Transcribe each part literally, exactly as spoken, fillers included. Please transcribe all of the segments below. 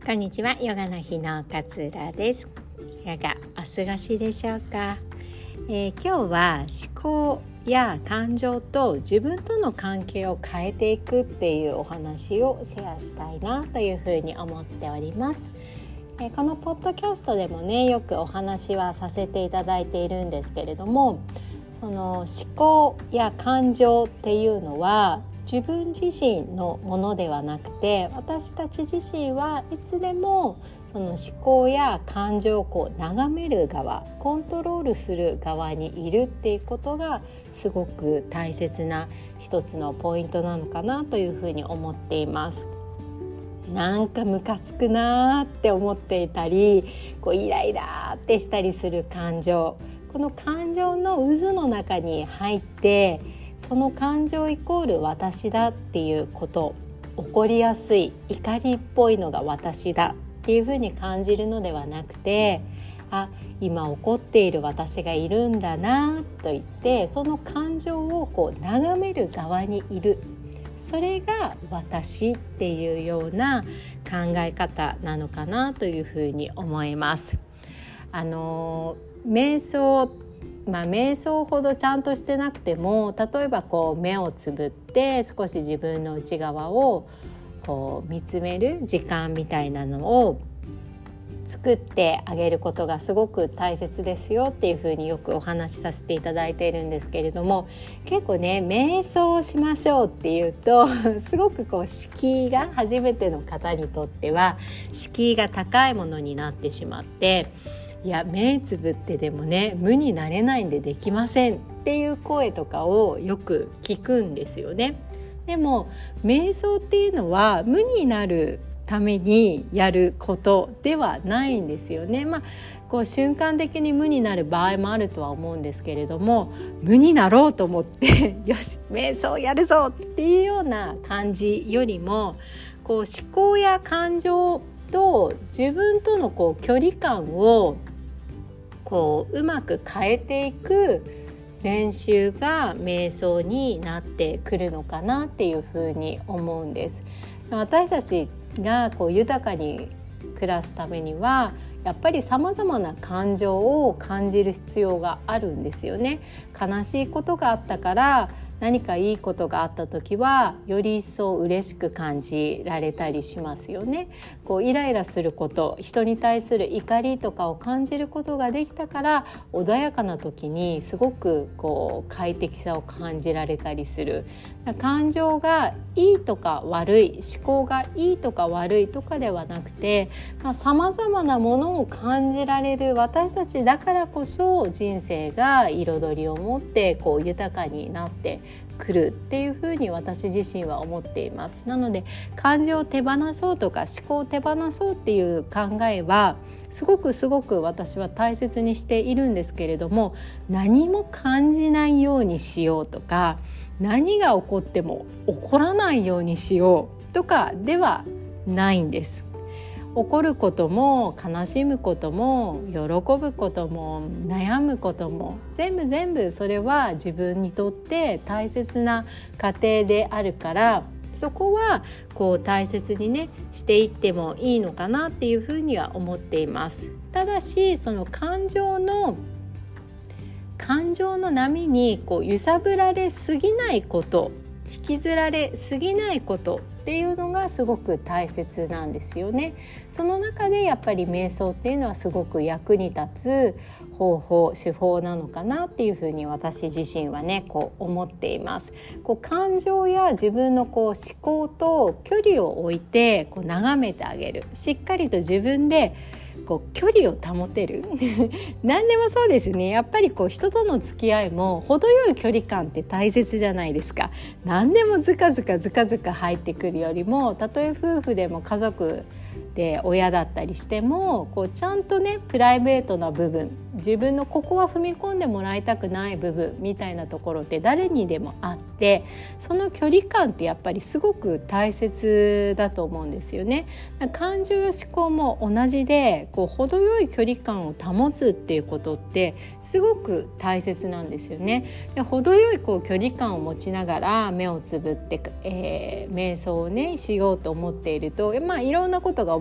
こんにちは、ヨガの日の勝浦です。いかがお過ごしでしょうか。えー、今日は思考や感情と自分との関係を変えていくっていうお話をシェアしたいなというふうに思っております。えー、このポッドキャストでもね、よくお話はさせていただいているんですけれども、その思考や感情っていうのは自分自身のものではなくて、私たち自身はいつでもその思考や感情をこう眺める側、コントロールする側にいるっていうことがすごく大切な一つのポイントなのかなというふうに思っています。なんかムカつくなーって思っていたり、こうイライラってしたりする感情、この感情の渦の中に入って、その感情イコール私だっていうこと、起こりやすい怒りっぽいのが私だっていうふうに感じるのではなくて、あ、今怒っている私がいるんだなと言って、その感情をこう眺める側にいる、それが私っていうような考え方なのかなというふうに思います。あの瞑想まあ、瞑想ほどちゃんとしてなくても、例えばこう目をつぶって少し自分の内側をこう見つめる時間みたいなのを作ってあげることがすごく大切ですよっていうふうによくお話しさせていただいているんですけれども、結構ね、瞑想をしましょうっていうとすごくこう敷居が、初めての方にとっては敷居が高いものになってしまって、いや目つぶってでもね無になれないんでできませんっていう声とかをよく聞くんですよね。でも瞑想っていうのは無になるためにやることではないんですよね。まあこう瞬間的に無になる場合もあるとは思うんですけれども、無になろうと思ってよし瞑想やるぞっていうような感じよりも、こう思考や感情と自分とのこう距離感をこううまく変えていく練習が瞑想になってくるのかなっていうふうに思うんです。私たちがこう豊かに暮らすためにはやっぱりさまざまな感情を感じる必要があるんですよね。悲しいことがあったから何かいいことがあった時はより一層嬉しく感じられたりしますよね。こうイライラすること、人に対する怒りとかを感じることができたから、穏やかな時にすごくこう快適さを感じられたりする。感情がいいとか悪い、思考がいいとか悪いとかではなくて、さまざまなものを感じられる私たちだからこそ、人生が彩りを持ってこう豊かになってくるっていうふうに私自身は思っています。なので感情を手放そうとか思考を手放そうっていう考えはすごくすごく私は大切にしているんですけれども、何も感じないようにしようとか、何が起こっても起こらないようにしようとかではないんです。怒ることも悲しむことも喜ぶことも悩むことも全部全部それは自分にとって大切な過程であるから、そこはこう大切にねしていってもいいのかなっていうふうには思っています。ただしその感情の感情の波にこう揺さぶられすぎないこと、引きずられすぎないことっていうのがすごく大切なんですよね。その中でやっぱり瞑想っていうのはすごく役に立つ方法、手法なのかなっていうふうに私自身はねこう思っています。こう感情や自分のこう思考と距離を置いてこう眺めてあげる。しっかりと自分でこう距離を保てる何でもそうですね。やっぱりこう人との付き合いも程よい距離感って大切じゃないですか。何でもずかずかずかずか入ってくるよりも、たとえ夫婦でも家族で親だったりしても、こうちゃんとねプライベートな部分、自分のここは踏み込んでもらいたくない部分みたいなところって誰にでもあって、その距離感ってやっぱりすごく大切だと思うんですよね。感情や思考も同じで、こう程よい距離感を保つっていうことってすごく大切なんですよね。で程よいこう距離感を持ちながら目をつぶって、えー、瞑想をねしようと思っていると、まあいろんなことが思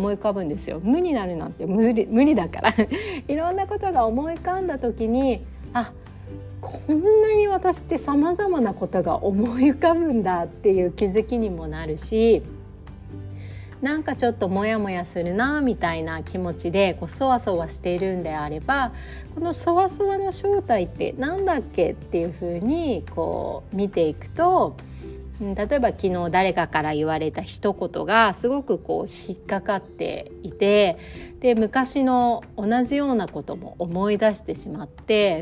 思い浮かぶんですよ。無になるなんて無理、無理だからいろんなことが思い浮かんだ時に、あ、こんなに私ってさまざまなことが思い浮かぶんだっていう気づきにもなるし、なんかちょっとモヤモヤするなみたいな気持ちでこうそわそわしているんであれば、このそわそわの正体ってなんだっけっていうふうにこう見ていくと、例えば昨日誰かから言われた一言がすごくこう引っかかっていて、で昔の同じようなことも思い出してしまって、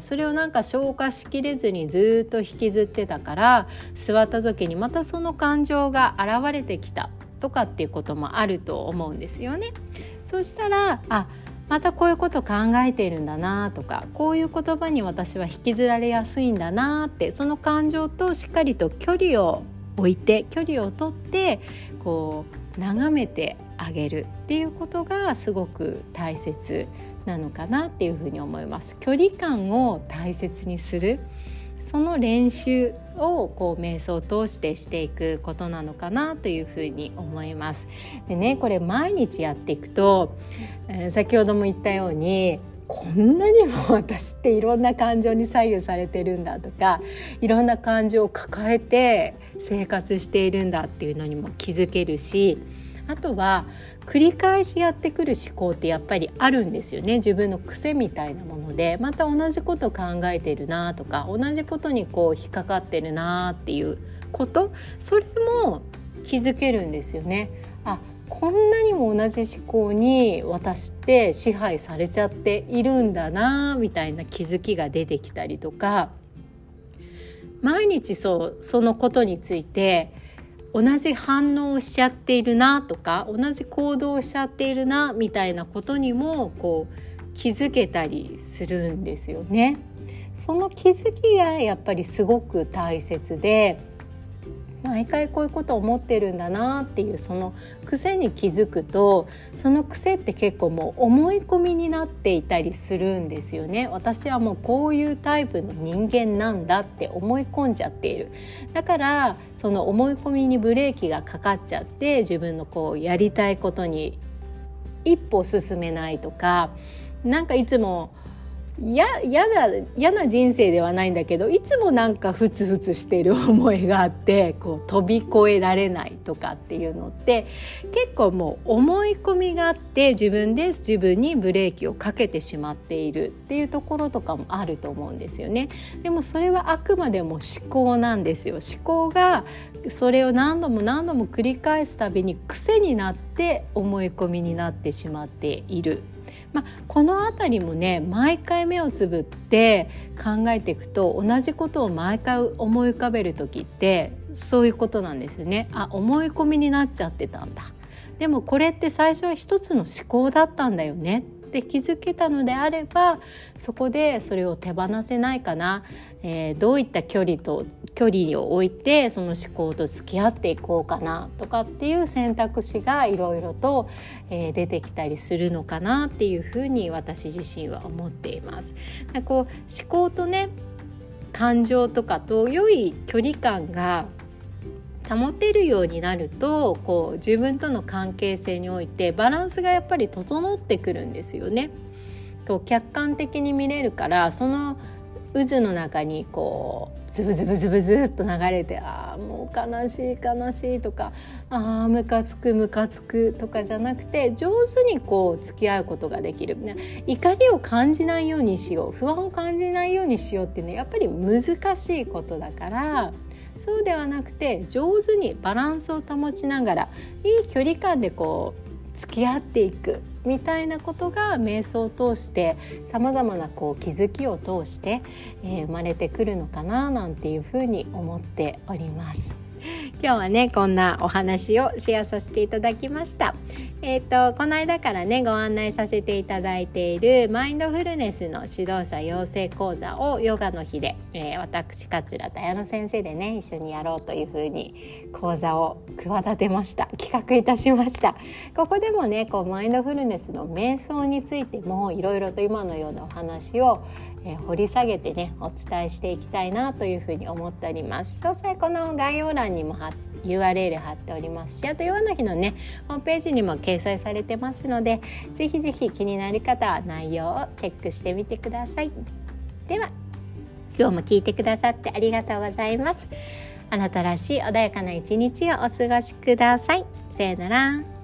それをなんか消化しきれずにずっと引きずってたから、座った時にまたその感情が現れてきたとかっていうこともあると思うんですよね。そしたら、あ、またこういうこと考えているんだなとか、こういう言葉に私は引きずられやすいんだなって、その感情としっかりと距離を置いて、距離をとってこう眺めてあげるっていうことがすごく大切なのかなっていうふうに思います。距離感を大切にする、その練習をこう瞑想を通してしていくことなのかなというふうに思います。でね、これ毎日やっていくと、えー、先ほども言ったように、こんなにも私っていろんな感情に左右されてるんだとか、いろんな感情を抱えて生活しているんだっていうのにも気づけるし、あとは繰り返しやってくる思考ってやっぱりあるんですよね。自分の癖みたいなもので、また同じこと考えてるなとか、同じことにこう引っかかってるなっていうこと、それも気づけるんですよね。あ、こんなにも同じ思考に私って支配されちゃっているんだなみたいな気づきが出てきたりとか、毎日そうそのことについて同じ反応をしちゃっているなとか、同じ行動をしちゃっているなみたいなことにもこう気づけたりするんですよね。その気づきがやっぱりすごく大切で、毎回こういうことを思ってるんだなっていうその癖に気づくと、その癖って結構もう思い込みになっていたりするんですよね。私はもうこういうタイプの人間なんだって思い込んじゃっている。だからその思い込みにブレーキがかかっちゃって、自分のこうやりたいことに一歩進めないとか、なんかいつもややだ嫌な人生ではないんだけど、いつもなんかふつふつしている思いがあって、こう飛び越えられないとかっていうのって結構もう思い込みがあって、自分で自分にブレーキをかけてしまっているっていうところとかもあると思うんですよね。でもそれはあくまでも思考なんですよ。思考がそれを何度も何度も繰り返すたびに癖になって思い込みになってしまっている。まあ、このあたりもね、毎回目をつぶって考えていくと、同じことを毎回思い浮かべる時ってそういうことなんですよね。あ、思い込みになっちゃってたんだ。でもこれって最初は一つの思考だったんだよねって気づけたのであれば、そこでそれを手放せないかな、えー、どういった距離と距離を置いてその思考と付き合っていこうかなとかっていう選択肢がいろいろと、えー、出てきたりするのかなっていうふうに私自身は思っています。こう思考とね、感情とかと良い距離感が保てるようになると、こう自分との関係性においてバランスがやっぱり整ってくるんですよね。と客観的に見れるから、その渦の中にこうズブズブズブズっと流れて、ああもう悲しい悲しいとか、ああムカつくムカつくとかじゃなくて、上手にこう付き合うことができる。怒りを感じないようにしよう、不安を感じないようにしようっていうのはやっぱり難しいことだから、そうではなくて上手にバランスを保ちながらいい距離感でこう付き合っていくみたいなことが瞑想を通してさまざまなこう気づきを通して、えー、生まれてくるのかななんていうふうに思っております。今日はね、こんなお話をシェアさせていただきました。えーと、この間からねご案内させていただいているマインドフルネスの指導者養成講座をヨガの日で、えー、私桂彩乃先生でね一緒にやろうというふうに講座を企てました。企画いたしました。ここでもねこうマインドフルネスの瞑想についてもいろいろと今のようなお話を、えー、掘り下げてねお伝えしていきたいなというふうに思っております。詳細この概要欄にも貼ってユーアールエル 貼っておりますし、あとヨガの日のねホームページにも掲載されてますので、ぜひぜひ気になる方は内容をチェックしてみてください。では今日も聞いてくださってありがとうございます。あなたらしい穏やかな一日をお過ごしください。さよなら。